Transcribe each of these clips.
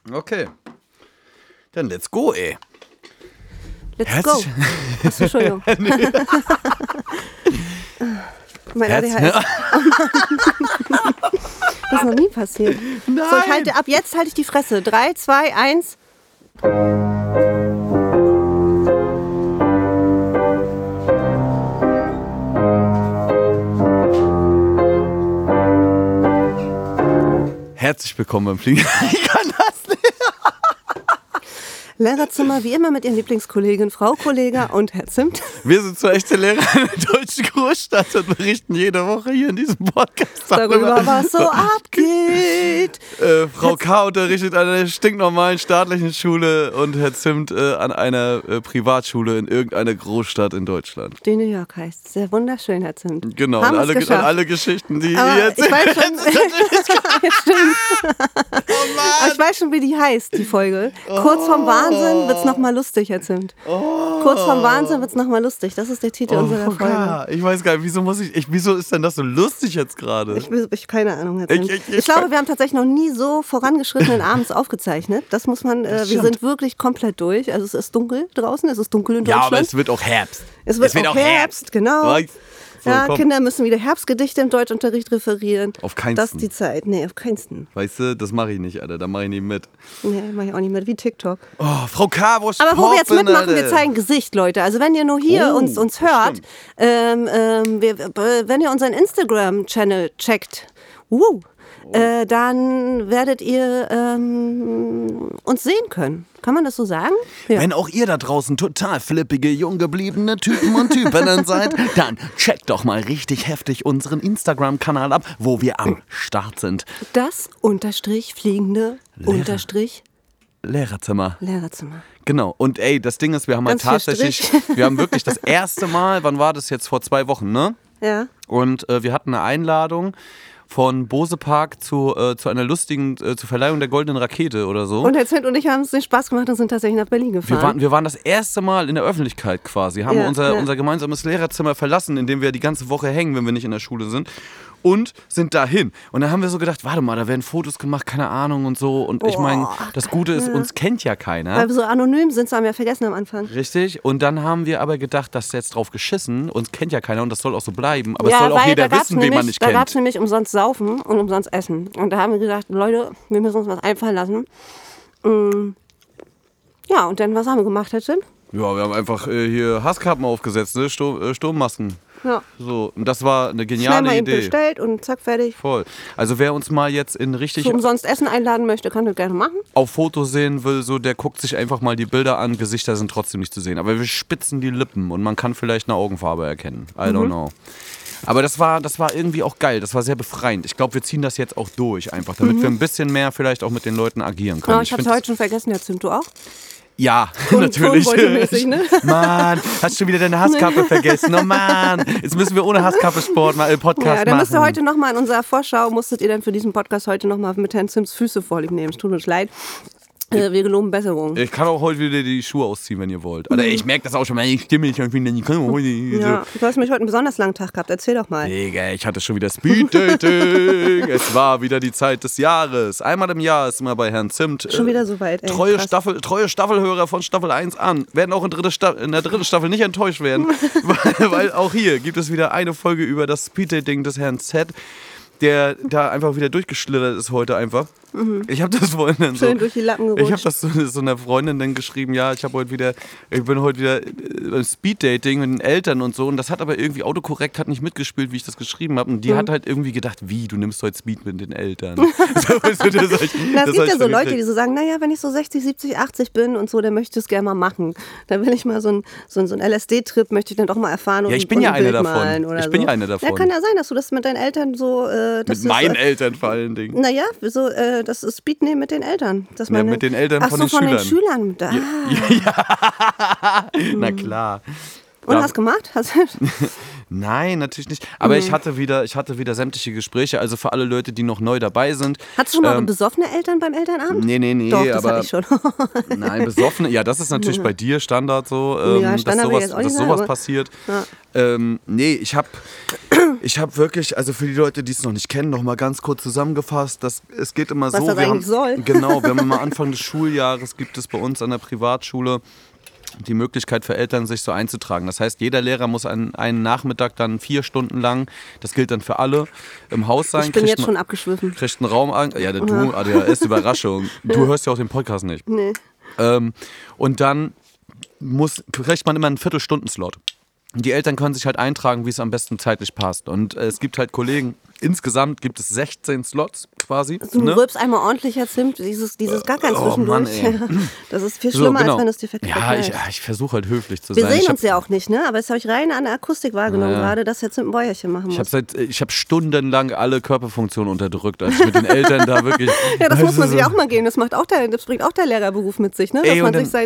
Okay. Dann let's go, ey. Let's go. Achso, Entschuldigung. Mein ADHS. Das ist noch nie passiert. Nein. So, ab jetzt halte ich die Fresse. 3, 2, 1. Herzlich willkommen beim Fliegen. Ich kann das nicht. Lehrerzimmer, wie immer mit Ihren Lieblingskollegen Frau Kollega und Herr Zimt. Wir sind zwei echte Lehrer in der deutschen Großstadt und berichten jede Woche hier in diesem Podcast darüber, was so abgeht. Frau K. unterrichtet an einer stinknormalen staatlichen Schule und Herr Zimt an einer Privatschule in irgendeiner Großstadt in Deutschland. Die New York heißt. Sehr wunderschön, Herr Zimt. Genau, und alle Geschichten, die jetzt... Ich weiß schon, ja, stimmt. Aber ich weiß schon, wie die heißt, die Folge. Kurz vorm Wahnsinn wird's nochmal lustig, Herr Zimt. Kurz vorm Wahnsinn wird's nochmal lustig. Das ist der Titel unserer Folge. Ich weiß gar nicht, wieso ist denn das so lustig jetzt gerade? Ich keine Ahnung, Herr Zimt. Ich glaube, wir haben tatsächlich noch nie so vorangeschrittenen abends aufgezeichnet. Das muss man, wir sind wirklich komplett durch. Also es ist dunkel draußen, es ist dunkel in Deutschland. Ja, aber es wird auch Herbst. Es wird auch Herbst, genau. So, ja, Kinder müssen wieder Herbstgedichte im Deutschunterricht referieren. Auf keinen. Das ist die Zeit. Nee, auf keinen. Weißt du, das mache ich nicht, Alter. Da mache ich nicht mit. Nee, mache ich auch nicht mit. Wie TikTok. Oh, Frau K., wo ist Aber wo wir jetzt mitmachen, Alter? wir zeigen Gesicht, Leute. Also wenn ihr nur hier uns hört, wenn ihr unseren Instagram-Channel checkt, dann werdet ihr uns sehen können. Kann man das so sagen? Ja. Wenn auch ihr da draußen total flippige, jung gebliebene Typen und Typinnen seid, dann checkt doch mal richtig heftig unseren Instagram-Kanal ab, wo wir am Start sind. Das _fliegende Lehrerzimmer. Lehrerzimmer. Genau. Und ey, das Ding ist, wir haben halt tatsächlich, wir haben wirklich das erste Mal, wann war das jetzt? Vor 2 Wochen, ne? Ja. Und wir hatten eine Einladung von Bose Park zu einer lustigen, zur Verleihung der Goldenen Rakete oder so. Und Herr Zimt und ich haben es den Spaß gemacht und sind tatsächlich nach Berlin gefahren. Wir waren das erste Mal in der Öffentlichkeit quasi, haben unser gemeinsames Lehrerzimmer verlassen, in dem wir die ganze Woche hängen, wenn wir nicht in der Schule sind. Und sind dahin. Und dann haben wir so gedacht, warte mal, da werden Fotos gemacht, keine Ahnung und so. Und ich meine, das Gute ist, uns kennt ja keiner. Weil wir so anonym sind, das haben wir vergessen am Anfang. Richtig. Und dann haben wir aber gedacht, das ist jetzt drauf geschissen. Uns kennt ja keiner und das soll auch so bleiben. Aber es soll auch jeder wissen, wen man nicht kennt. Da gab es nämlich umsonst Saufen und umsonst Essen. Und da haben wir gesagt, Leute, wir müssen uns was einfallen lassen. Ja, und dann, was haben wir gemacht, Herr Zimt? Ja, wir haben einfach hier Hasskappen aufgesetzt, ne? Sturmmasken. Ja. So, und das war eine geniale Schnell mal Idee. Bestellt und zack, fertig. Voll. Also wer uns mal jetzt in richtig So umsonst Essen einladen möchte, kann das gerne machen. auf Fotos sehen will, so der guckt sich einfach mal die Bilder an. Gesichter sind trotzdem nicht zu sehen. Aber wir spitzen die Lippen und man kann vielleicht eine Augenfarbe erkennen. I don't know. Aber das war irgendwie auch geil. Das war sehr befreiend. Ich glaube, wir ziehen das jetzt auch durch einfach, damit wir ein bisschen mehr vielleicht auch mit den Leuten agieren können. Ja, ich hab's heute schon vergessen, Herr Zimt, du auch? Ja, natürlich. Tonbeutelmäßig, ne? Mann, hast schon wieder deine Hasskappe vergessen. Oh Mann, jetzt müssen wir ohne Hasskappe Podcast machen. Ja, dann müsst ihr heute nochmal in unserer Vorschau, musstet ihr dann für diesen Podcast heute nochmal mit Herrn Zimts Füße vorlieb nehmen. Es tut uns leid. Wir geloben Besserung. Ich kann auch heute wieder die Schuhe ausziehen, wenn ihr wollt. Alter, ich merke das auch schon, meine Stimme nicht. Ich kann heute ja, du hast mich heute einen besonders langen Tag gehabt. Erzähl doch mal. Digga, ich hatte schon wieder Speed-Dating. Es war wieder die Zeit des Jahres. Einmal im Jahr ist immer bei Herrn Zimt. Schon wieder so weit, ey. Treue Staffelhörer von Staffel 1 an. Werden auch in der dritten Staffel nicht enttäuscht werden. weil auch hier gibt es wieder eine Folge über das Speed-Dating des Herrn Z, der da einfach wieder durchgeschlittert ist heute einfach. Ich habe das vorhin dann schön durch die Lappen gerutscht. Ich habe das so einer Freundin dann geschrieben, ja, ich bin heute wieder beim Speeddating mit den Eltern und so. Und das hat aber irgendwie autokorrekt hat nicht mitgespielt, wie ich das geschrieben habe. Und die hat halt irgendwie gedacht, wie, du nimmst heute Speed mit den Eltern. Es gibt ja so Leute, die so sagen, naja, wenn ich so 60, 70, 80 bin und so, dann möchte ich es gerne mal machen. Dann will ich mal so ein LSD-Trip, möchte ich dann doch mal erfahren. Ja, ich bin ja einer davon. Ich bin ja einer davon. Ja, kann ja sein, dass du das mit deinen Eltern so... mit meinen Eltern vor allen Dingen. Naja, so... das ist Speed nehmen mit den Eltern. Dass ja, mit den Eltern von den Schülern. Ach so, von den Schülern. Ja. Na klar. Und hast du gemacht? Nein, natürlich nicht. Aber ich hatte wieder sämtliche Gespräche, also für alle Leute, die noch neu dabei sind. Hattest du schon mal besoffene Eltern beim Elternabend? Nee. Doch, das hatte ich schon. Nein, besoffene, ja, das ist natürlich bei dir Standard so, ja, Standard dass sowas passiert. Ja. Nee, ich habe Ich habe wirklich, also für die Leute, die es noch nicht kennen, noch mal ganz kurz zusammengefasst, es geht immer was so. Was das eigentlich soll. Genau, wir haben immer Anfang des Schuljahres, gibt es bei uns an der Privatschule die Möglichkeit für Eltern, sich so einzutragen. Das heißt, jeder Lehrer muss einen Nachmittag dann 4 Stunden lang, das gilt dann für alle, im Haus sein. Ich bin jetzt schon abgeschwiffen. Kriegt einen Raum an. Ja, du, ADHS, Überraschung. Du hörst ja auch den Podcast nicht. Nee. Und dann kriegt man immer einen Viertelstunden-Slot. Die Eltern können sich halt eintragen, wie es am besten zeitlich passt. Und es gibt halt Kollegen, insgesamt gibt es 16 Slots quasi. Du rülpst einmal ordentlich jetzt Zimt, dieses gar kein Zwischendurch. Mann, das ist viel schlimmer, als wenn es dir verkehrt ich versuche halt höflich zu sein. Wir sehen uns ja auch nicht, ne? Aber das habe ich rein an der Akustik wahrgenommen gerade, dass der Zimt ein Bäuerchen machen muss. Ich habe stundenlang alle Körperfunktionen unterdrückt, als ich mit den Eltern da wirklich... Ja, das muss man sich auch mal geben. Das bringt auch der Lehrerberuf mit sich, ne? Dass man sich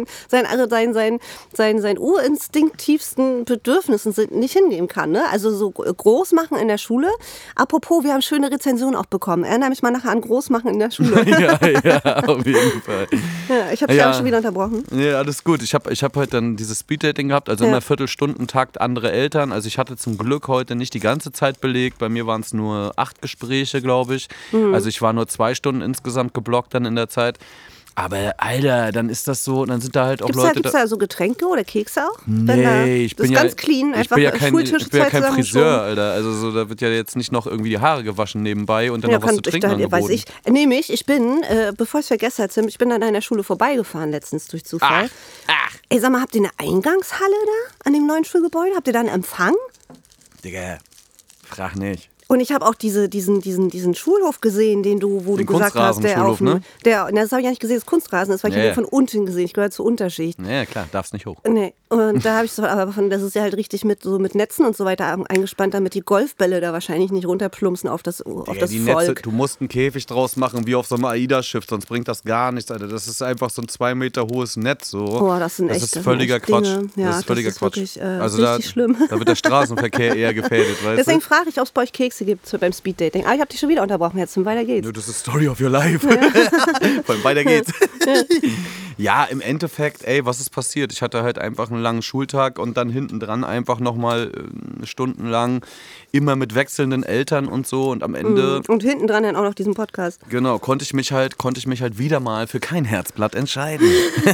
seinen urinstinktivsten Bedürfnissen nicht hingeben kann, ne? Also so groß machen in der Schule. Apropos, wir haben schöne Rezensionen auch bekommen. Erinnere mich mal nachher an Großmachen in der Schule. ja, auf jeden Fall. Ja, ich habe dich schon wieder unterbrochen. Ja, alles gut. Ich hab heute dann dieses Speeddating gehabt, also immer Viertelstundentakt andere Eltern. Also ich hatte zum Glück heute nicht die ganze Zeit belegt. Bei mir waren es nur 8 Gespräche, glaube ich. Also ich war nur 2 Stunden insgesamt geblockt dann in der Zeit. Aber Alter, dann ist das so, dann sind da halt auch Leute... Gibt's da so Getränke oder Kekse auch? Nee, ich bin ja ganz clean, einfach ich bin ja kein Friseur, Alter. Also so, da wird ja jetzt nicht noch irgendwie die Haare gewaschen nebenbei und dann noch was zu trinken angeboten. Ich bin, bevor ich es vergesse, ich bin an einer Schule vorbeigefahren letztens durch Zufall. Ach. Ey, sag mal, habt ihr eine Eingangshalle da an dem neuen Schulgebäude? Habt ihr da einen Empfang? Digga, frag nicht. Und ich habe auch diesen Schulhof gesehen, wo du gesagt hast, das habe ich ja nicht gesehen, das Kunstrasen ist, weil ich habe ihn von unten gesehen. Ich gehöre zur Unterschicht. Ja, klar, darfst nicht hoch. Nee. Und da habe ich das ist ja halt richtig mit Netzen und so weiter eingespannt, damit die Golfbälle da wahrscheinlich nicht runterplumpsen auf das Volk. Netze, du musst einen Käfig draus machen, wie auf so einem AIDA-Schiff, sonst bringt das gar nichts, Alter. Das ist einfach so ein 2 Meter hohes Netz. So. Boah, das ist völliger Quatsch. Ja, das ist völliger Quatsch. Wirklich, also richtig schlimm. Da wird der Straßenverkehr eher gefährdet, weißt Deswegen frage ich, ob es bei euch Kekse gibt beim Speeddating. Aber ich habe dich schon wieder unterbrochen, jetzt weiter geht's. Das ist Story of your life. Vor allem weiter geht's. Ja, im Endeffekt, was ist passiert? Ich hatte halt einfach einen langen Schultag und dann hinten dran einfach nochmal stundenlang immer mit wechselnden Eltern und so und am Ende... Und hinten dran dann auch noch diesen Podcast. Genau, konnte ich mich halt wieder mal für kein Herzblatt entscheiden.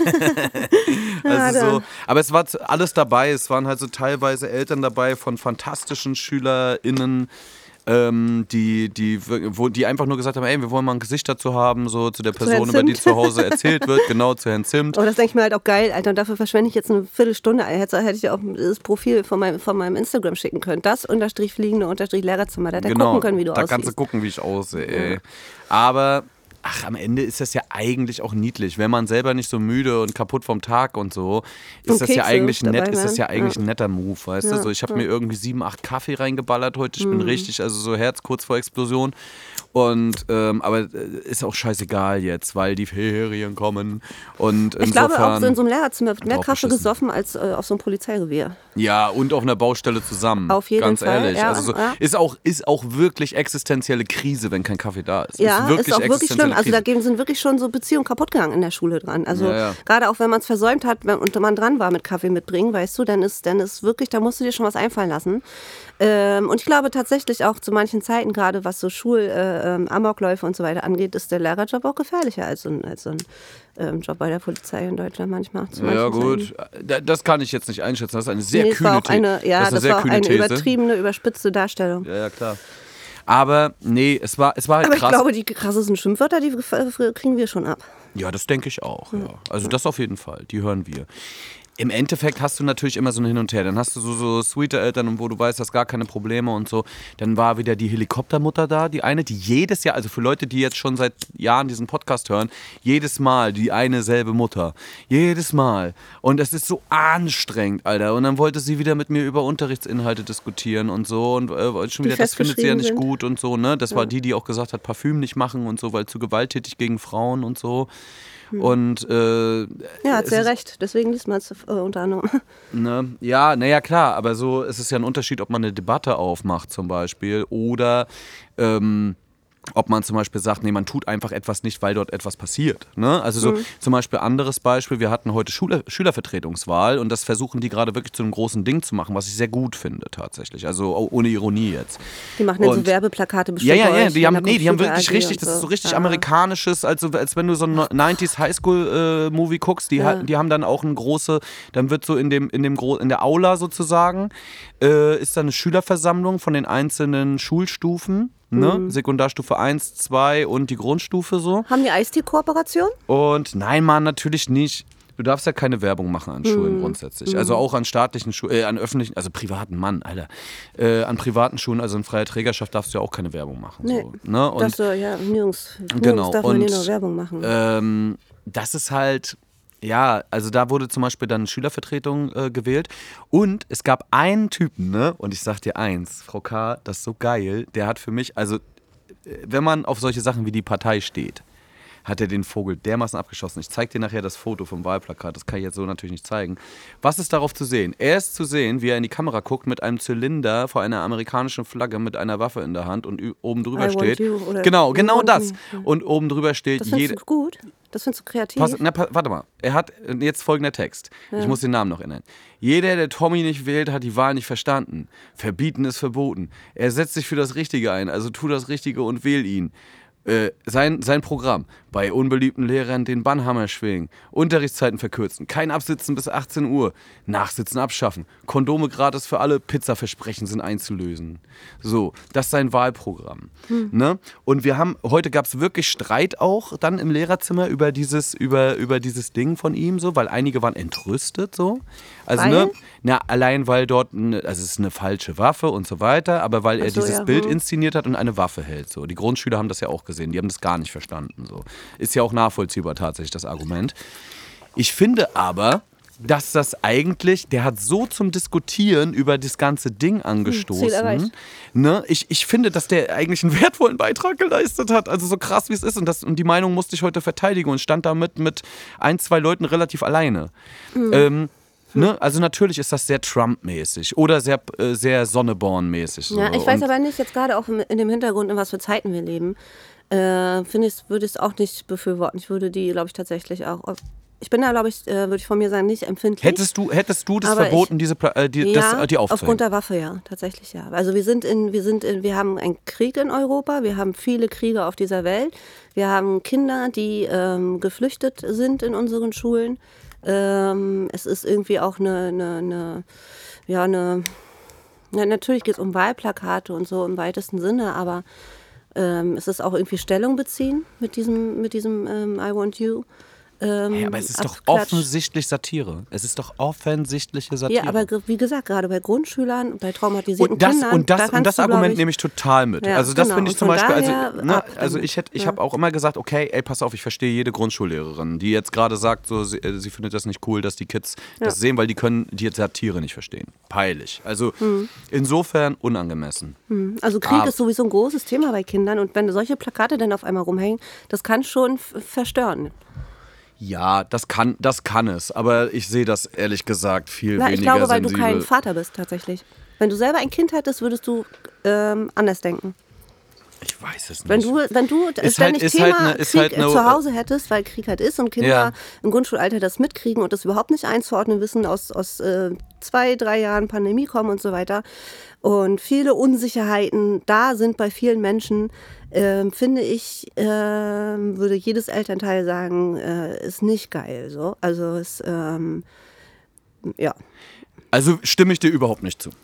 Also so, aber es war alles dabei, es waren halt so teilweise Eltern dabei von fantastischen SchülerInnen, die einfach nur gesagt haben, ey, wir wollen mal ein Gesicht dazu haben, so zu der Person, über die zu Hause erzählt wird, genau, zu Herrn Zimt. Aber das denke ich mir halt auch geil, Alter, und dafür verschwende ich jetzt eine Viertelstunde. Hätte ich ja auch das Profil von meinem Instagram schicken können. Das _fliegende_Lehrerzimmer, da hätte gucken können, wie du aussiehst. Da kannst du gucken, wie ich aussehe, ey. Ja. Aber... am Ende ist das ja eigentlich auch niedlich. Wenn man selber nicht so müde und kaputt vom Tag und so, ist das ja eigentlich ein netter Move, weißt du? So, ich habe mir irgendwie 7, 8 Kaffee reingeballert heute. Ich bin richtig, also so Herz kurz vor Explosion. Und, aber ist auch scheißegal jetzt, weil die Ferien kommen. Und ich glaube auch, so in so einem Lehrerzimmer wird mehr Kaffee gesoffen als auf so einem Polizeirevier. Ja, und auf einer Baustelle zusammen. Auf jeden Fall. Ganz ehrlich. Ja, also so, ist auch wirklich existenzielle Krise, wenn kein Kaffee da ist. Ja, ist auch wirklich schlimm. Also da sind wirklich schon so Beziehungen kaputt gegangen in der Schule dran. Also gerade auch wenn man es versäumt hat und man dran war mit Kaffee mitbringen, weißt du, dann ist wirklich, da musst du dir schon was einfallen lassen. Und ich glaube tatsächlich auch zu manchen Zeiten, gerade was so Amokläufe und so weiter angeht, ist der Lehrerjob auch gefährlicher als so ein Job bei der Polizei in Deutschland manchmal. Ja gut, das kann ich jetzt nicht einschätzen. Das ist eine sehr kühne These. Das war auch eine übertriebene, überspitzte Darstellung. Ja, klar. Aber nee, es war halt aber krass. Ich glaube, die krassesten Schimpfwörter, die kriegen wir schon ab. Ja, das denke ich auch. Ja. Also das auf jeden Fall, die hören wir. Im Endeffekt hast du natürlich immer so ein Hin und Her. Dann hast du so sweete Eltern, wo du weißt, hast gar keine Probleme und so. Dann war wieder die Helikoptermutter da, die eine, die jedes Jahr, also für Leute, die jetzt schon seit Jahren diesen Podcast hören, jedes Mal die eine selbe Mutter. Jedes Mal. Und es ist so anstrengend, Alter. Und dann wollte sie wieder mit mir über Unterrichtsinhalte diskutieren und so. Und schon wieder, das findet sie ja nicht gut und so, ne? Das war die auch gesagt hat, Parfüm nicht machen und so, weil zu gewalttätig gegen Frauen und so. Und hat sehr recht, deswegen liest man es unter anderem. Ne? Ja, naja, klar, aber so ist es ja ein Unterschied, ob man eine Debatte aufmacht zum Beispiel oder ob man zum Beispiel sagt, nee, man tut einfach etwas nicht, weil dort etwas passiert. Ne? Also so zum Beispiel anderes Beispiel, wir hatten heute Schülervertretungswahl und das versuchen die gerade wirklich zu einem großen Ding zu machen, was ich sehr gut finde tatsächlich. Also ohne Ironie jetzt. Die machen dann so Werbeplakate bestimmt. Ja, die haben wirklich richtig, das ist so richtig amerikanisches, also als wenn du so ein 90s Highschool-Movie guckst, die haben dann auch eine große, dann wird so in der Aula sozusagen, ist dann eine Schülerversammlung von den einzelnen Schulstufen. Ne? Sekundarstufe 1, 2 und die Grundstufe so. Haben die Eistee-Kooperation? Und nein, Mann, natürlich nicht. Du darfst ja keine Werbung machen an Schulen grundsätzlich. Also auch an staatlichen Schulen, an öffentlichen, also privaten, Mann, Alter. An privaten Schulen, also in freier Trägerschaft darfst du ja auch keine Werbung machen. Nee, so, ne? Und darfst du, nirgends genau. darf man hier nur Werbung machen. Das ist halt... Ja, also da wurde zum Beispiel dann eine Schülervertretung gewählt und es gab einen Typen, ne? Und ich sag dir eins, Frau K., das ist so geil, der hat für mich, also wenn man auf solche Sachen wie die Partei steht, hat er den Vogel dermaßen abgeschossen. Ich zeige dir nachher das Foto vom Wahlplakat, das kann ich jetzt so natürlich nicht zeigen. Was ist darauf zu sehen? Er ist zu sehen, wie er in die Kamera guckt mit einem Zylinder vor einer amerikanischen Flagge mit einer Waffe in der Hand und oben drüber steht. Genau das. Und oben drüber steht... Das findest du gut? Das findest du kreativ? Warte mal, er hat jetzt folgender Text. Ich muss den Namen noch ändern. Jeder, der Tommy nicht wählt, hat die Wahl nicht verstanden. Verbieten ist verboten. Er setzt sich für das Richtige ein, also tu das Richtige und wähl ihn. Sein Programm. Bei unbeliebten Lehrern den Bannhammer schwingen. Unterrichtszeiten verkürzen. Kein Absitzen bis 18 Uhr. Nachsitzen abschaffen. Kondome gratis für alle. Pizzaversprechen sind einzulösen. So, das ist sein Wahlprogramm. Ne? Und heute gab es wirklich Streit auch dann im Lehrerzimmer über dieses Ding von ihm, so, weil einige waren entrüstet. So. Also, allein weil dort, also es ist eine falsche Waffe und so weiter, aber weil er dieses Bild inszeniert hat und eine Waffe hält. So. Die Grundschüler haben das ja auch gesehen, die haben das gar nicht verstanden. So. Ist ja auch nachvollziehbar tatsächlich, das Argument. Ich finde aber, dass das eigentlich, der hat so zum Diskutieren über das ganze Ding angestoßen. Ne? Ich finde, dass der eigentlich einen wertvollen Beitrag geleistet hat. Also so krass, wie es ist. Und die Meinung musste ich heute verteidigen und stand damit mit 1, 2 Leuten relativ alleine. Ne? Also natürlich ist das sehr Trump-mäßig oder sehr Sonneborn-mäßig. So. Ja, ich weiß aber nicht, jetzt gerade auch in dem Hintergrund, in was für Zeiten wir leben, würde ich es auch nicht befürworten. Ich würde die, glaube ich, tatsächlich auch... Ich bin da, glaube ich, würde ich von mir sagen, nicht empfindlich. Hättest du das verboten, die aufzuhängen? Aufgrund der Waffe, ja, tatsächlich ja. Also wir haben einen Krieg in Europa, wir haben viele Kriege auf dieser Welt, wir haben Kinder, die geflüchtet sind in unseren Schulen. Es ist irgendwie auch natürlich geht es um Wahlplakate und so im weitesten Sinne, aber es ist auch irgendwie Stellung beziehen mit diesem I want you. Aber es ist doch offensichtlich Satire. Es ist doch offensichtliche Satire. Ja, aber wie gesagt, gerade bei Grundschülern, bei traumatisierten Kindern. Und das Argument nehme ich total mit. Ja, also das finde ich zum Beispiel, ich habe auch immer gesagt, okay, ey, pass auf, ich verstehe jede Grundschullehrerin, die jetzt gerade sagt, so, sie findet das nicht cool, dass die Kids das sehen, weil die können die Satire nicht verstehen. Peinlich. Also insofern unangemessen. Also Krieg ist sowieso ein großes Thema bei Kindern und wenn solche Plakate dann auf einmal rumhängen, das kann schon verstören. Ja, das kann es, aber ich sehe das ehrlich gesagt viel weniger Ich glaube, weil sensibel. du kein Vater bist tatsächlich. Wenn du selber ein Kind hättest, würdest du anders denken. Ich weiß es nicht. Wenn du ständig Krieg zu Hause hättest, weil Krieg halt ist und Kinder im Grundschulalter das mitkriegen und das überhaupt nicht einzuordnen wissen, aus 2, 3 Jahren Pandemie kommen und so weiter und viele Unsicherheiten da sind bei vielen Menschen, finde ich, würde jedes Elternteil sagen, ist nicht geil. So. Also es, ja. Also stimme ich dir überhaupt nicht zu.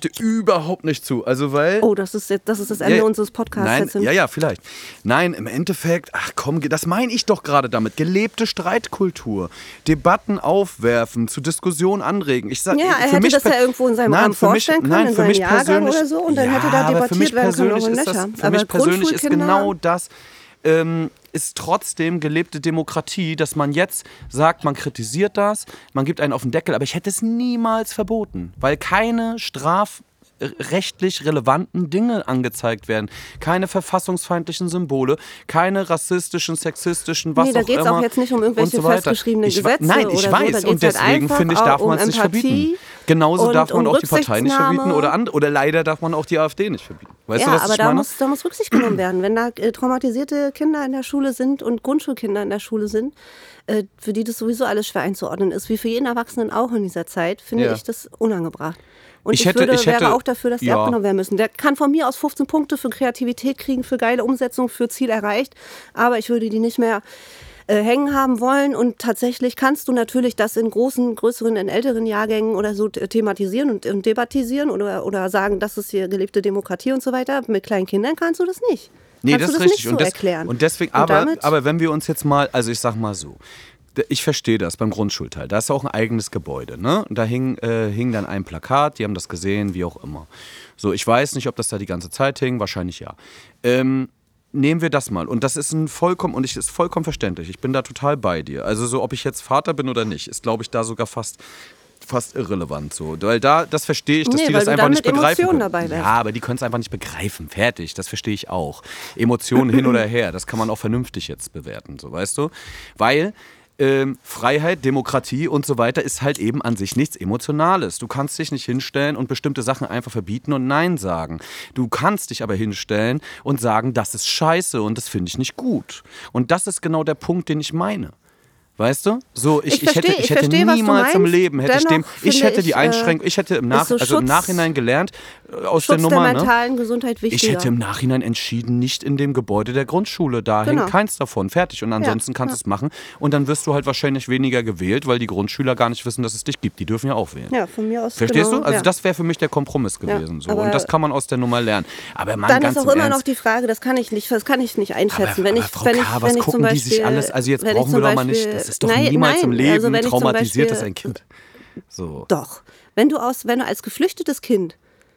Also weil... Oh, das ist das Ende unseres Podcasts. Nein, ja, vielleicht. Nein, im Endeffekt, das meine ich doch gerade damit. Gelebte Streitkultur. Debatten aufwerfen, zu Diskussionen anregen. Er hätte das ja irgendwo in seinem Rahmen vorstellen können, in seinem Jahrgang oder so. Und dann hätte da debattiert werden können, auch in Löcher. Für mich persönlich ist genau das... ist trotzdem gelebte Demokratie, dass man jetzt sagt, man kritisiert das, man gibt einen auf den Deckel, aber ich hätte es niemals verboten, weil keine strafrechtlich relevanten Dinge angezeigt werden, keine verfassungsfeindlichen Symbole, keine rassistischen, sexistischen, was auch immer. Nee, da geht es auch jetzt nicht um irgendwelche festgeschriebenen Gesetze Nein, ich weiß, und deswegen finde ich, darf man es nicht verbieten. Genauso darf man auch die Partei nicht Rücksichtnahme. verbieten oder leider darf man auch die AfD nicht verbieten. Weißt du, was aber ich meine? da muss Rücksicht genommen werden. Wenn da traumatisierte Kinder in der Schule sind und Grundschulkinder in der Schule sind, für die das sowieso alles schwer einzuordnen ist, wie für jeden Erwachsenen auch in dieser Zeit, finde ich das unangebracht. Und ich wäre auch dafür, dass die abgenommen werden müssen. Der kann von mir aus 15 Punkte für Kreativität kriegen, für geile Umsetzung, für Ziel erreicht, aber ich würde die nicht mehr hängen haben wollen. Und tatsächlich kannst du natürlich das in größeren, in älteren Jahrgängen oder so thematisieren und debattisieren oder sagen, das ist hier gelebte Demokratie und so weiter. Mit kleinen Kindern kannst du das nicht. Nee, das ist richtig. Nicht so erklären. Und deswegen, aber wenn wir uns jetzt mal, also ich sag mal so, ich verstehe das beim Grundschulteil, da ist auch ein eigenes Gebäude, ne? Und da hing dann ein Plakat, die haben das gesehen, wie auch immer. So, ich weiß nicht, ob das da die ganze Zeit hing, wahrscheinlich ja. Nehmen wir das mal. Und das ist ist vollkommen verständlich. Ich bin da total bei dir. Also so, ob ich jetzt Vater bin oder nicht, ist, glaube ich, da sogar fast irrelevant so. Weil das verstehe ich, dass die das einfach nicht begreifen können. Dabei ja, aber die können es einfach nicht begreifen. Fertig, das verstehe ich auch. Emotionen hin oder her, das kann man auch vernünftig jetzt bewerten, so, weißt du? Weil Freiheit, Demokratie und so weiter ist halt eben an sich nichts Emotionales. Du kannst dich nicht hinstellen und bestimmte Sachen einfach verbieten und Nein sagen. Du kannst dich aber hinstellen und sagen, das ist scheiße und das finde ich nicht gut. Und das ist genau der Punkt, den ich meine. Weißt du? So, ich hätte niemals im Leben, ich hätte die Einschränkung, ich hätte im Nachhinein gelernt, aus der Nummer, der mentalen Gesundheit wichtiger. Ich hätte im Nachhinein entschieden, nicht in dem Gebäude der Grundschule, da hängt keins davon, fertig. Und ansonsten kannst du es machen und dann wirst du halt wahrscheinlich weniger gewählt, weil die Grundschüler gar nicht wissen, dass es dich gibt. Die dürfen ja auch wählen. Ja, von mir aus. Verstehst du? Also das wäre für mich der Kompromiss gewesen. So. Und das kann man aus der Nummer lernen. Aber man, dann ganz ist auch immer noch die Frage, das kann ich nicht einschätzen. Was gucken die sich alles, also jetzt brauchen wir doch mal nicht, das ist doch niemals im Leben traumatisiert ist ein Kind. So. Doch. Wenn du als geflüchtetes Kind.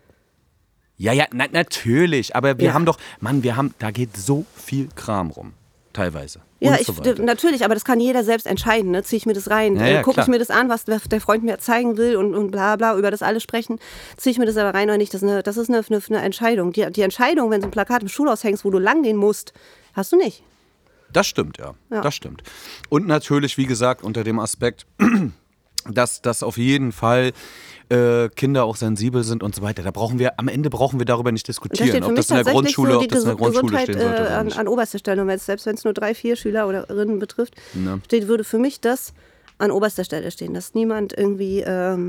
Ja, natürlich. Aber wir haben doch, da geht so viel Kram rum. Teilweise. Ja, natürlich, aber das kann jeder selbst entscheiden. Ne? Ziehe ich mir das rein? Gucke ich mir das an, was der Freund mir zeigen will und bla bla, über das alles sprechen? Ziehe ich mir das aber rein oder nicht? Das ist eine Entscheidung. Die Entscheidung, wenn du ein Plakat im Schulhaus hängst, wo du lang gehen musst, hast du nicht. Das stimmt, ja. Das stimmt. Und natürlich, wie gesagt, unter dem Aspekt, dass auf jeden Fall Kinder auch sensibel sind und so weiter. Am Ende brauchen wir darüber nicht diskutieren, ob das in der Grundschule, stehen sollte. An oberster Stelle, und selbst wenn es nur 3-4 Schüler oder Schülerinnen betrifft, würde für mich das an oberster Stelle stehen, dass niemand irgendwie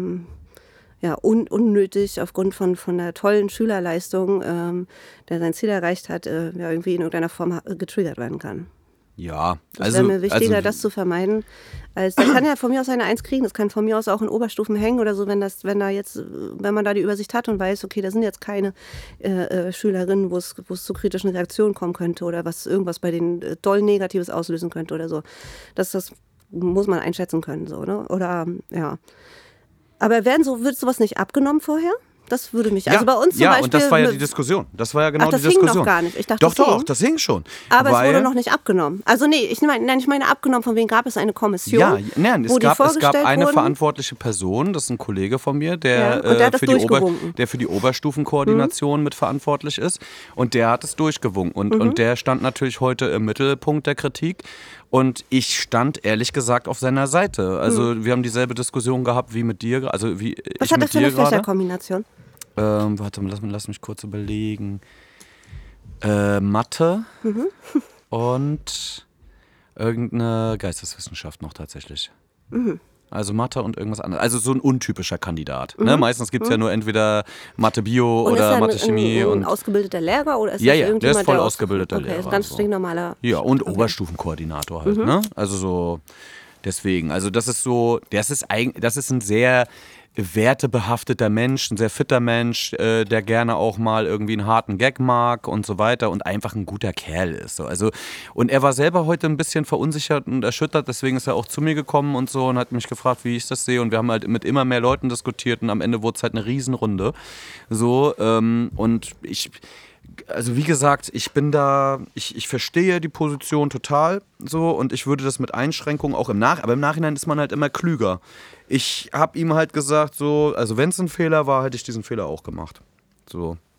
unnötig aufgrund von der tollen Schülerleistung, der sein Ziel erreicht hat, irgendwie in irgendeiner Form getriggert werden kann. Ja, das wäre mir wichtiger, das zu vermeiden. Der kann ja von mir aus eine 1 kriegen, das kann von mir aus auch in Oberstufen hängen oder so, wenn man da die Übersicht hat und weiß, okay, da sind jetzt keine Schülerinnen, wo es zu kritischen Reaktionen kommen könnte oder was irgendwas bei denen doll Negatives auslösen könnte oder so. Das muss man einschätzen können, so, ne? Oder, ja. Aber wird sowas nicht abgenommen vorher? Das würde mich, also bei uns zum Beispiel... Ja, und das war ja die Diskussion. Das war ja genau die Diskussion. Das hing noch gar nicht. Ich dachte, das hing schon. Aber es wurde noch nicht abgenommen. Also nee, ich meine abgenommen, von wem gab es eine Kommission? Es gab eine verantwortliche Person, das ist ein Kollege von mir, der für die Oberstufenkoordination mitverantwortlich ist. Und der hat es durchgewunken. Und der stand natürlich heute im Mittelpunkt der Kritik. Und ich stand ehrlich gesagt auf seiner Seite. Also wir haben dieselbe Diskussion gehabt wie mit dir. Also wie was hat das für eine Fächerkombination? Warte, lass mich kurz überlegen. Mathe und irgendeine Geisteswissenschaft noch tatsächlich. Also Mathe und irgendwas anderes. Also so ein untypischer Kandidat. Ne? Meistens gibt es ja nur entweder Mathe Bio oder Mathe Chemie. Ein ausgebildeter Lehrer oder ist das irgendjemand, der ist voll ausgebildeter Lehrer. Okay, ist ganz stinknormaler. Ja, und Oberstufenkoordinator halt. Ne? Also so deswegen. Also das ist ein sehr wertebehafteter Mensch, ein sehr fitter Mensch, der gerne auch mal irgendwie einen harten Gag mag und so weiter und einfach ein guter Kerl ist. So. Also, und er war selber heute ein bisschen verunsichert und erschüttert, deswegen ist er auch zu mir gekommen und so und hat mich gefragt, wie ich das sehe, und wir haben halt mit immer mehr Leuten diskutiert und am Ende wurde es halt eine Riesenrunde. So, und also wie gesagt, ich verstehe die Position total so und ich würde das mit Einschränkungen auch aber im Nachhinein ist man halt immer klüger. Ich habe ihm halt gesagt, so, also wenn es ein Fehler war, hätte ich diesen Fehler auch gemacht. So.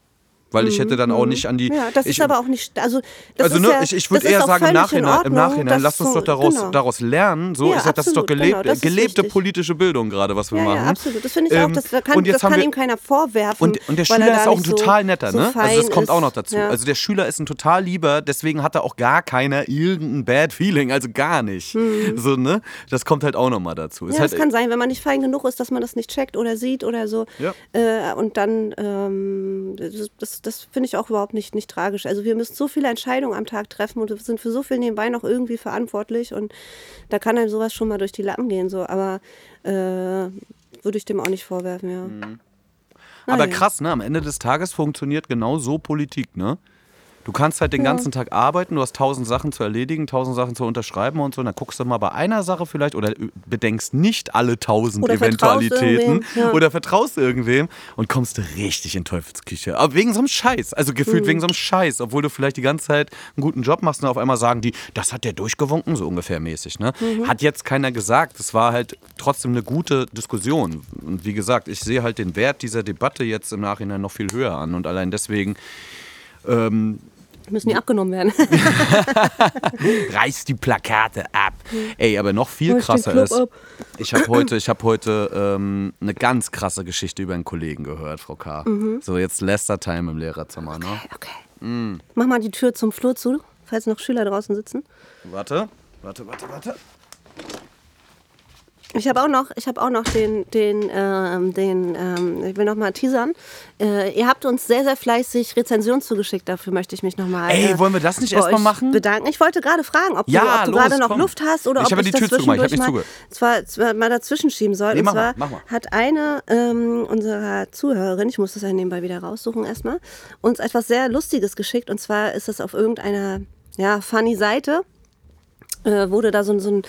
weil ich hätte dann auch nicht an die... Ja, das ist aber auch nicht... ich würde eher sagen, im Nachhinein, lasst uns doch daraus lernen. So ist das ist doch gelebte politische Bildung gerade, was wir machen. Ja, absolut. Das finde ich auch, das kann ihm keiner vorwerfen. Und der Schüler ist auch ein total netter, ne? Also das kommt auch noch dazu. Ja. Also der Schüler ist ein total lieber, deswegen hat er auch gar keiner irgendein Bad Feeling, also gar nicht. So, ne? Das kommt halt auch nochmal dazu. Ja, das kann sein, wenn man nicht fein genug ist, dass man das nicht checkt oder sieht oder so. Ja. Und dann, das finde ich auch überhaupt nicht tragisch. Also wir müssen so viele Entscheidungen am Tag treffen und sind für so viel nebenbei noch irgendwie verantwortlich und da kann einem sowas schon mal durch die Lappen gehen. So. Aber würde ich dem auch nicht vorwerfen, ja. Aber krass, ne? Am Ende des Tages funktioniert genau so Politik, ne? Du kannst halt den ganzen Tag arbeiten, du hast 1000 Sachen zu erledigen, 1000 Sachen zu unterschreiben und so. Und dann guckst du mal bei einer Sache vielleicht oder bedenkst nicht alle 1000 oder Eventualitäten oder vertraust irgendwem und kommst richtig in Teufelsküche. Aber wegen so einem Scheiß, also gefühlt wegen so einem Scheiß, obwohl du vielleicht die ganze Zeit einen guten Job machst und auf einmal sagen die, das hat der durchgewunken, so ungefähr mäßig. Ne? Hat jetzt keiner gesagt, es war halt trotzdem eine gute Diskussion. Und wie gesagt, ich sehe halt den Wert dieser Debatte jetzt im Nachhinein noch viel höher an und allein deswegen... müssen die abgenommen werden. Reiß die Plakate ab. Ey, aber noch viel krasser ist, ich habe heute eine ganz krasse Geschichte über einen Kollegen gehört, Frau K. So, jetzt Lästertime im Lehrerzimmer. Ne? Okay. Mach mal die Tür zum Flur zu, falls noch Schüler draußen sitzen. Warte. Ich habe auch noch den ich will noch mal teasern. Ihr habt uns sehr, sehr fleißig Rezensionen zugeschickt, dafür möchte ich mich nochmal wollen wir das nicht erstmal machen? Bedanken. Ich wollte gerade fragen, ob du gerade noch Luft hast oder ob ich das zwischendurch mal dazwischen schieben soll. Nee, und zwar mach mal. hat eine unserer Zuhörerinnen, ich muss das ja nebenbei wieder raussuchen erstmal, uns etwas sehr Lustiges geschickt. Und zwar ist es auf irgendeiner funny Seite. Wurde da so ein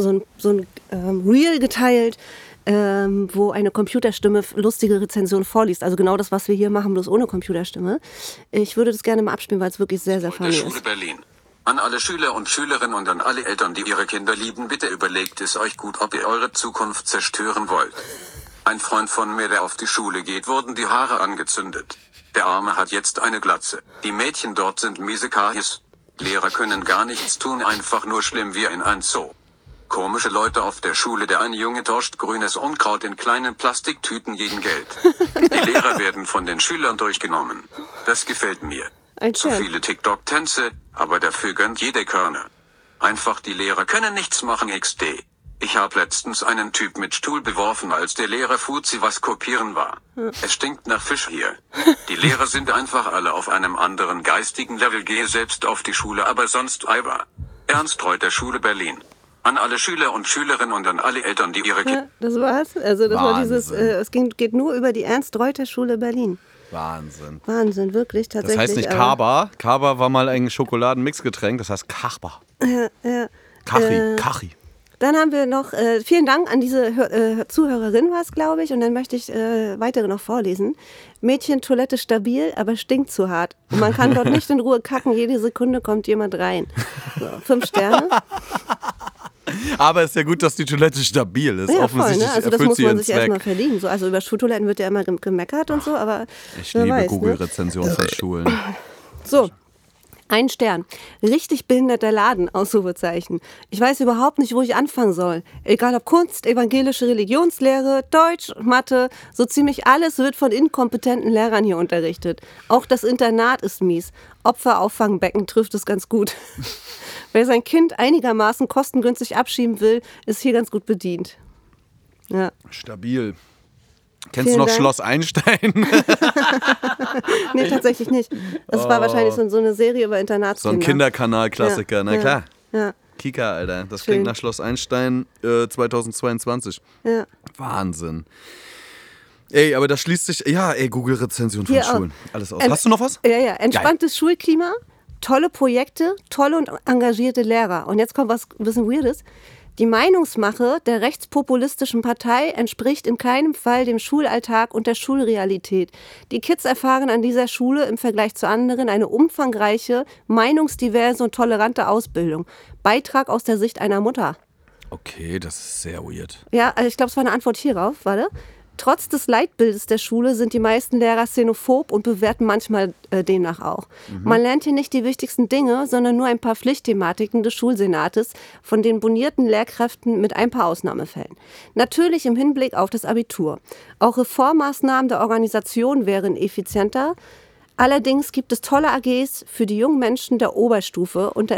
Reel geteilt, wo eine Computerstimme lustige Rezensionen vorliest. Also genau das, was wir hier machen, bloß ohne Computerstimme. Ich würde das gerne mal abspielen, weil es wirklich sehr, sehr funny ist. Schule Berlin. An alle Schüler und Schülerinnen und an alle Eltern, die ihre Kinder lieben, bitte überlegt es euch gut, ob ihr eure Zukunft zerstören wollt. Ein Freund von mir, der auf die Schule geht, wurden die Haare angezündet. Der Arme hat jetzt eine Glatze. Die Mädchen dort sind miese Kahis. Lehrer können gar nichts tun, einfach nur schlimm wie in ein Zoo. Komische Leute auf der Schule, der eine Junge tauscht grünes Unkraut in kleinen Plastiktüten gegen Geld. Die Lehrer werden von den Schülern durchgenommen. Das gefällt mir. Zu viele TikTok-Tänze, aber dafür gönnt jeder Körner. Einfach die Lehrer können nichts machen XD. Ich habe letztens einen Typ mit Stuhl beworfen, als der Lehrer Fuzzi was kopieren war. Es stinkt nach Fisch hier. Die Lehrer sind einfach alle auf einem anderen geistigen Level. Gehe selbst auf die Schule, aber sonst Eiber. Ernst Reuter, Schule Berlin. An alle Schüler und Schülerinnen und an alle Eltern, die ihre Kinder... Das war's. Also das war dieses... es geht nur über die Ernst Reuter Schule Berlin. Wahnsinn, wirklich, tatsächlich. Das heißt nicht Kaba. Kaba war mal ein Schokoladenmixgetränk, das heißt Kachba. Kachi. Dann haben wir noch, vielen Dank an diese Zuhörerin war es, glaube ich. Und dann möchte ich weitere noch vorlesen. Mädchen, Toilette stabil, aber stinkt zu hart. Und man kann dort nicht in Ruhe kacken. Jede Sekunde kommt jemand rein. So, 5 Sterne. Aber es ist ja gut, dass die Toilette stabil ist. Ja, offensichtlich voll, ne? Also das muss man sich erstmal verdienen. So, also über Schultoiletten wird ja immer gemeckert und so. Aber ich liebe Google-Rezensionen von Schulen. So. 1 Stern. Richtig behinderter Laden, Ausrufezeichen. Ich weiß überhaupt nicht, wo ich anfangen soll. Egal ob Kunst, evangelische Religionslehre, Deutsch, Mathe, so ziemlich alles wird von inkompetenten Lehrern hier unterrichtet. Auch das Internat ist mies. Opferauffangbecken trifft es ganz gut. Wer sein Kind einigermaßen kostengünstig abschieben will, ist hier ganz gut bedient. Ja. Stabil. Kennst du noch Schloss Einstein? Nee, tatsächlich nicht. Das war wahrscheinlich so eine Serie über Internatskinder. So ein Kinderkanal-Klassiker, na klar. Ja. Kika, Alter. Das klingt nach Schloss Einstein 2022. Ja. Wahnsinn. Ey, aber das schließt sich... Ja, Google-Rezension von Schulen. Alles aus. Hast du noch was? Ja. Entspanntes Schulklima, tolle Projekte, tolle und engagierte Lehrer. Und jetzt kommt was ein bisschen Weirdes. Die Meinungsmache der rechtspopulistischen Partei entspricht in keinem Fall dem Schulalltag und der Schulrealität. Die Kids erfahren an dieser Schule im Vergleich zu anderen eine umfangreiche, meinungsdiverse und tolerante Ausbildung. Beitrag aus der Sicht einer Mutter. Okay, das ist sehr weird. Ja, also ich glaube, es war eine Antwort hierauf, warte. Trotz des Leitbildes der Schule sind die meisten Lehrer xenophob und bewerten manchmal demnach auch. Man lernt hier nicht die wichtigsten Dinge, sondern nur ein paar Pflichtthematiken des Schulsenates von den bonierten Lehrkräften mit ein paar Ausnahmefällen. Natürlich im Hinblick auf das Abitur. Auch Reformmaßnahmen der Organisation wären effizienter. Allerdings gibt es tolle AGs für die jungen Menschen der Oberstufe und der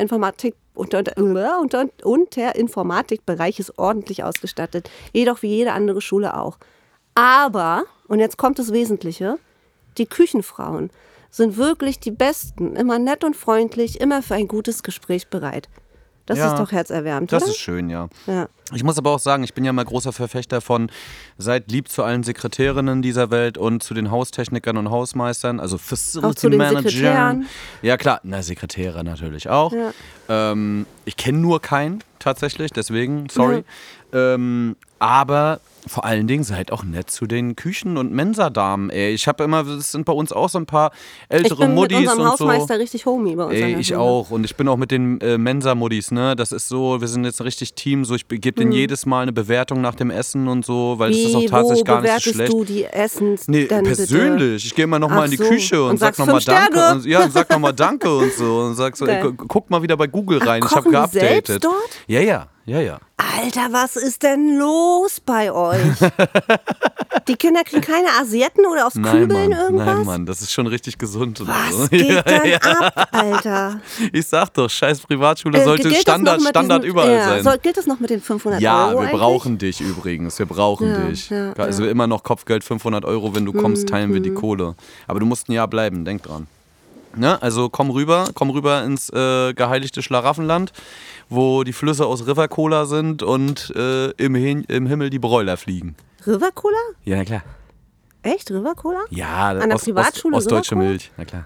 Informatikbereich ist ordentlich ausgestattet, jedoch wie jede andere Schule auch. Aber, und jetzt kommt das Wesentliche, die Küchenfrauen sind wirklich die Besten, immer nett und freundlich, immer für ein gutes Gespräch bereit. Das ist doch herzerwärmend, Das oder? ist schön, ja. Ja. Ich muss aber auch sagen, ich bin ja mal großer Verfechter von seid lieb zu allen Sekretärinnen dieser Welt und zu den Haustechnikern und Hausmeistern, also Facility Auch zu den Managern. Sekretären. Ja klar, Sekretäre natürlich auch. Ja. Ich kenne nur keinen tatsächlich, deswegen, sorry. Aber vor allen Dingen seid auch nett zu den Küchen- und Mensadamen. Ey, ich habe immer, es sind bei uns auch so ein paar ältere Muddis und so. Ich bin mit unserem Hausmeister richtig Homie bei uns. Ey, ich auch. Und ich bin auch mit den Mensa-Muddis, ne? Das ist so, wir sind jetzt ein richtig Team. So, ich gebe denen jedes Mal eine Bewertung nach dem Essen und so, weil das ist auch tatsächlich gar nicht so schlecht. Wo bewertest du die Essens? Nee, persönlich. Bitte? Ich gehe immer nochmal in die Küche und sag nochmal Danke. Und sag nochmal Danke und so. Und sag so, ey, guck mal wieder bei Google rein. Ach, ich habe geupdatet. Selbst dort? Ja. Alter, was ist denn los bei euch? Die Kinder kriegen keine Asietten oder aus Kübeln irgendwas? Nein, Mann, das ist schon richtig gesund. Was so. geht denn ab, Alter? Ich sag doch, scheiß Privatschule sollte Standard überall sein. Gilt das noch mit den 500 ja, Euro wir brauchen dich übrigens. Wir brauchen dich. Ja, also immer noch Kopfgeld 500 Euro, wenn du kommst, teilen wir die Kohle. Aber du musst ein Jahr bleiben, denk dran. Ne? Also komm rüber ins geheiligte Schlaraffenland, wo die Flüsse aus River Cola sind und im Himmel die Bräuler fliegen. River Cola? Ja, na klar. Echt? River Cola? Ja, an der Privatschule ostdeutsche Milch, na klar.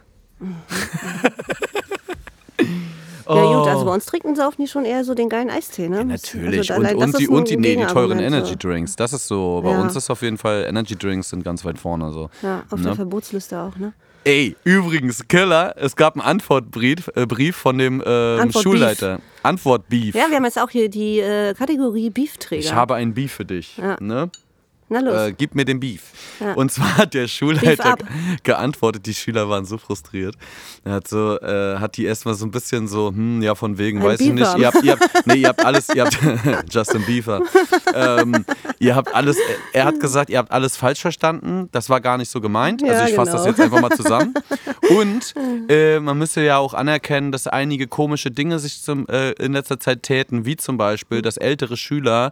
Ja gut, also bei uns trinken und saufen die schon eher so den geilen Eistee, ne? Ja, natürlich. Also und die teuren Gegenargument, Energy Drinks. Das ist so, bei uns ist auf jeden Fall, Energy Drinks sind ganz weit vorne. So. Ja, auf der Verbotsliste auch, ne? Ey, übrigens, Killer, es gab einen Antwortbrief von dem Schulleiter. Antwort-Beef. Ja, wir haben jetzt auch hier die Kategorie Beefträger. Ich habe einen Beef für dich. Ja. Ne? Na los. Gib mir den Beef. Ja. Und zwar hat der Schulleiter geantwortet, die Schüler waren so frustriert. Er hat die erstmal so ein bisschen so, ja, von wegen, weiß ich nicht, ihr habt alles, Justin Bieber. Er hat gesagt, ihr habt alles falsch verstanden, das war gar nicht so gemeint. Also ich fasse das jetzt einfach mal zusammen. Und man müsste ja auch anerkennen, dass einige komische Dinge sich in letzter Zeit täten, wie zum Beispiel, dass ältere Schüler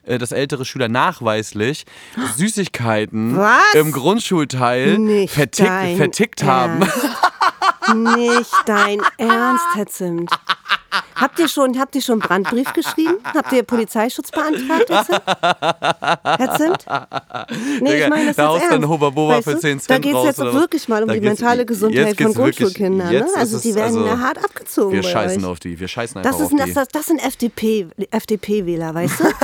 nachweislich Süßigkeiten im Grundschulteil vertickt haben. Nicht dein Ernst, Herr Zimt. Habt ihr schon einen Brandbrief geschrieben? Habt ihr Polizeischutz beantragt, Herr Zimt? Nee, ich meine, das ist ernst. Dann Hoba-Boba für 10 Cent da geht es jetzt raus, wirklich mal um die mentale Gesundheit von Grundschulkindern. Ne? Also die werden ja hart abgezogen. Wir scheißen auf die. Wir scheißen einfach auf die. Das sind FDP-Wähler, weißt du?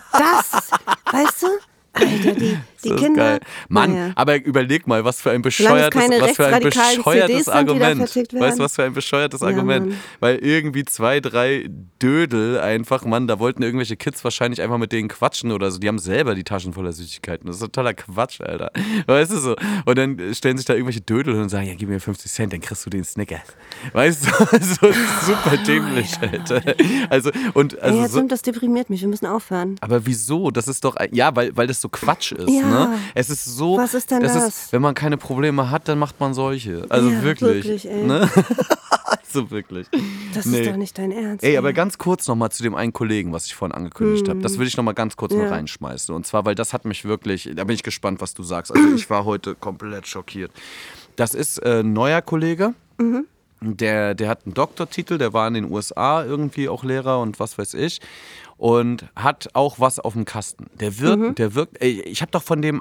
Weißt du? Alter, die Kinder. Geil. Mann, aber überleg mal, was für ein bescheuertes Argument. Weißt du, was für ein bescheuertes Argument? Mann. Weil irgendwie 2, 3 Dödel einfach, Mann, da wollten irgendwelche Kids wahrscheinlich einfach mit denen quatschen oder so. Die haben selber die Taschen voller Süßigkeiten. Das ist totaler Quatsch, Alter. Weißt du so? Und dann stellen sich da irgendwelche Dödel und sagen, ja, gib mir 50 Cent, dann kriegst du den Snickers. Weißt du? So super dämlich, Alter. Jetzt nimmt das deprimiert mich, wir müssen aufhören. Aber wieso? Das ist doch, ja, weil das so Quatsch ist, ne? Es ist so, was ist denn das? Wenn man keine Probleme hat, dann macht man solche. Also ja, wirklich ey. Ne? Also wirklich. Das ist doch nicht dein Ernst. Ey, aber ganz kurz nochmal zu dem einen Kollegen, was ich vorhin angekündigt habe. Das will ich nochmal ganz kurz noch reinschmeißen. Und zwar, weil das hat mich wirklich, da bin ich gespannt, was du sagst. Also ich war heute komplett schockiert. Das ist ein neuer Kollege. Der hat einen Doktortitel, der war in den USA irgendwie auch Lehrer und was weiß ich. Und hat auch was auf dem Kasten. Der wirkt. Ich habe doch von dem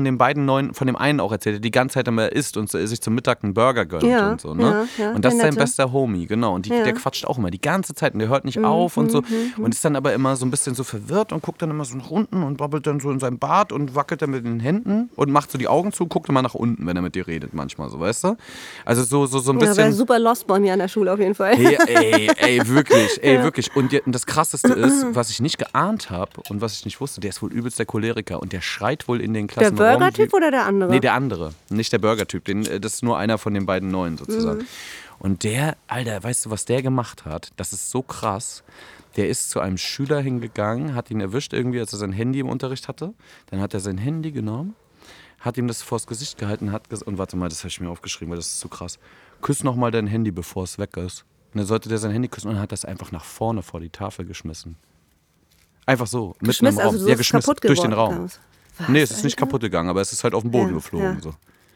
einen auch erzählt, der die ganze Zeit immer isst und sich zum Mittag einen Burger gönnt und so. Ne? Ja, und das ist sein bester Homie, genau. Und der quatscht auch immer die ganze Zeit und der hört nicht auf und so. Und ist dann aber immer so ein bisschen so verwirrt und guckt dann immer so nach unten und babbelt dann so in seinem Bart und wackelt dann mit den Händen und macht so die Augen zu, guckt immer nach unten, wenn er mit dir redet manchmal, so, weißt du? Also so ein bisschen. Ja, war super lost bei mir an der Schule auf jeden Fall. Ey, wirklich. Und das Krasseste ist, was ich nicht geahnt habe und was ich nicht wusste, der ist wohl übelst der Choleriker und der schreit wohl in den Der Klassenraum. Burger-Typ oder der andere? Nee, der andere. Nicht der Burger-Typ. Das ist nur einer von den beiden Neuen sozusagen. Und der, Alter, weißt du, was der gemacht hat? Das ist so krass. Der ist zu einem Schüler hingegangen, hat ihn erwischt irgendwie, als er sein Handy im Unterricht hatte. Dann hat er sein Handy genommen, hat ihm das vors Gesicht gehalten und warte mal, das habe ich mir aufgeschrieben, weil das ist zu krass. Küss noch mal dein Handy, bevor es weg ist. Und dann sollte der sein Handy küssen und dann hat das einfach nach vorne vor die Tafel geschmissen. Einfach so, mitten im Raum. Also so geschmissen, kaputt durch den geworden. Raum. Was, Nee, es ist Alter? nicht kaputt gegangen, aber es ist halt auf den Boden geflogen. ja. So.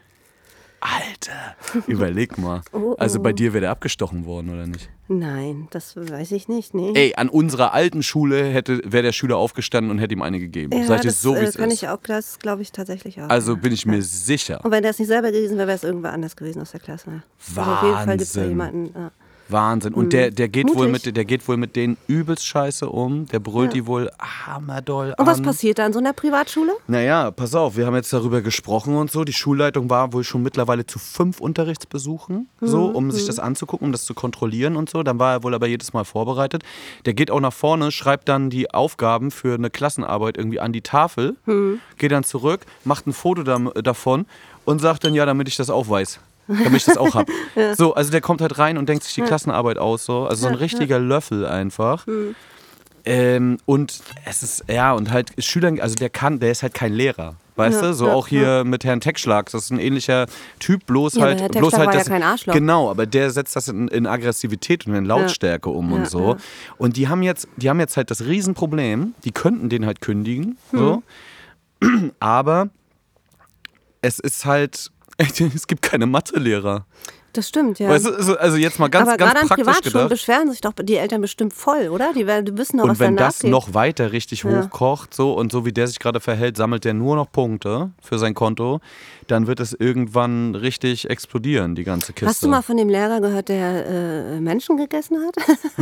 Alter, überleg mal. Oh. Also bei dir wäre der abgestochen worden, oder nicht? Nein, das weiß ich nicht, nee. Ey, an unserer alten Schule wäre der Schüler aufgestanden und hätte ihm eine gegeben. Ja, Sag ich dir das so, wie es kann ist. ich auch, das glaube ich tatsächlich auch. Also ja. bin ich mir sicher. Und wenn der es nicht selber gewesen wäre, wäre es irgendwer anders gewesen aus der Klasse. Also auf jeden Fall gibt es da Wahnsinn. jemanden. Ja. Wahnsinn. Und der geht wohl Mutig. mit denen übelst scheiße um. Der brüllt die wohl hammerdoll an. Und was passiert da in so einer Privatschule? Naja, pass auf, wir haben jetzt darüber gesprochen und so. Die Schulleitung war wohl schon mittlerweile zu 5 Unterrichtsbesuchen, so, um sich das anzugucken, um das zu kontrollieren und so. Dann war er wohl aber jedes Mal vorbereitet. Der geht auch nach vorne, schreibt dann die Aufgaben für eine Klassenarbeit irgendwie an die Tafel, geht dann zurück, macht ein Foto davon und sagt dann, ja, damit ich das auch weiß. Damit ich das auch hab. So, also der kommt halt rein und denkt sich die Klassenarbeit aus, so. Also so ein richtiger Löffel einfach. Und es ist, ja, und halt Schülern, also der ist halt kein Lehrer. Weißt du? So auch hier mit Herrn Techschlag. Das ist ein ähnlicher Typ, bloß Ja, halt. aber Herr bloß Techschlag halt war ja kein Arschloch. Genau, aber der setzt das in Aggressivität und in Lautstärke um und so. Und die haben jetzt halt das Riesenproblem, die könnten den halt kündigen, so. Aber es ist halt, es gibt keine Mathelehrer. Das stimmt, ja. Weißt du, also jetzt mal ganz, aber ganz gerade an praktisch Privatschulen gedacht. beschweren sich doch die Eltern bestimmt voll, oder? Die wissen doch, was Und wenn danach das geht. noch weiter richtig hochkocht, so und so wie der sich gerade verhält, sammelt der nur noch Punkte für sein Konto, dann wird es irgendwann richtig explodieren, die ganze Kiste. Hast du mal von dem Lehrer gehört, der Menschen gegessen hat?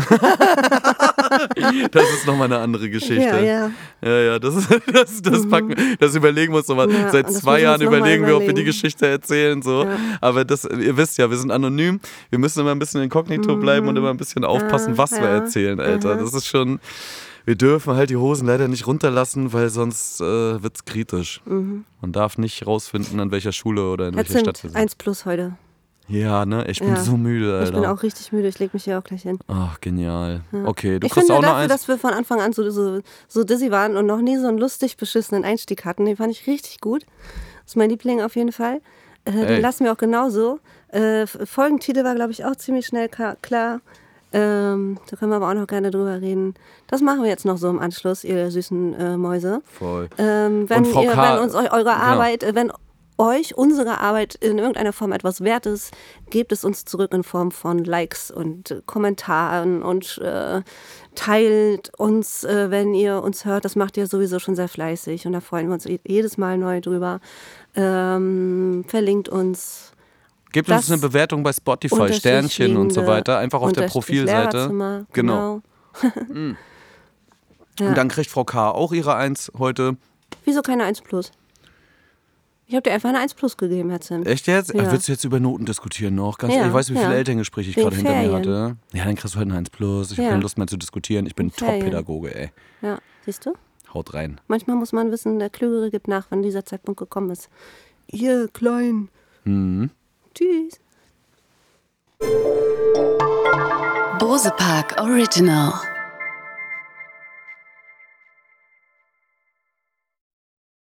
Das ist nochmal eine andere Geschichte. Ja. Das überlegen wir uns nochmal. Ja, Seit das 2 müssen wir Jahren uns noch mal überlegen wir, ob wir die überlegen. Geschichte erzählen. So. Ja. Aber ihr wisst ja, wir sind anonym. Wir müssen immer ein bisschen inkognito bleiben und immer ein bisschen aufpassen, was wir erzählen, Alter. Das ist schon... Wir dürfen halt die Hosen leider nicht runterlassen, weil sonst wird es kritisch. Man darf nicht rausfinden, an welcher Schule oder in welcher Stadt wir sind. 1+ heute. Ja, ne? Ich bin so müde, Alter. Ich bin auch richtig müde, ich lege mich hier auch gleich hin. Ach, genial. Okay, du Ich kriegst finde auch noch dafür, eins. dass wir von Anfang an so dizzy waren und noch nie so einen lustig beschissenen Einstieg hatten, den fand ich richtig gut. Das ist mein Liebling auf jeden Fall. Den lassen wir auch genauso. Folgentitel war, glaube ich, auch ziemlich schnell klar. Da können wir aber auch noch gerne drüber reden. Das machen wir jetzt noch so im Anschluss, ihr süßen Mäuse. Voll. Wenn uns eure Arbeit, wenn euch unsere Arbeit in irgendeiner Form etwas wert ist, gebt es uns zurück in Form von Likes und Kommentaren und teilt uns, wenn ihr uns hört. Das macht ihr sowieso schon sehr fleißig und da freuen wir uns jedes Mal neu drüber. Verlinkt uns. Gebt uns eine Bewertung bei Spotify, Sternchen und so weiter. Einfach auf der Profilseite. Lehrerzimmer, Genau. Und dann kriegt Frau K. auch ihre 1 heute. Wieso keine 1+? Ich habe dir einfach eine 1+ gegeben, Herr Zimt. Echt jetzt? Ja. Willst du jetzt über Noten diskutieren noch? Ganz Ja, ehrlich, weißt du, wie viele ja. Elterngespräche ich Wegen gerade hinter mir Ferien. hatte? Ja, dann kriegst du halt eine 1+. Ich habe Ja. keine Lust mehr zu diskutieren. Ich bin ein Ferien. Top-Pädagoge, ey. Ja, siehst du? Haut rein. Manchmal muss man wissen, der Klügere gibt nach, wenn dieser Zeitpunkt gekommen ist. Ihr Klein. Tschüss. Bose Park Original.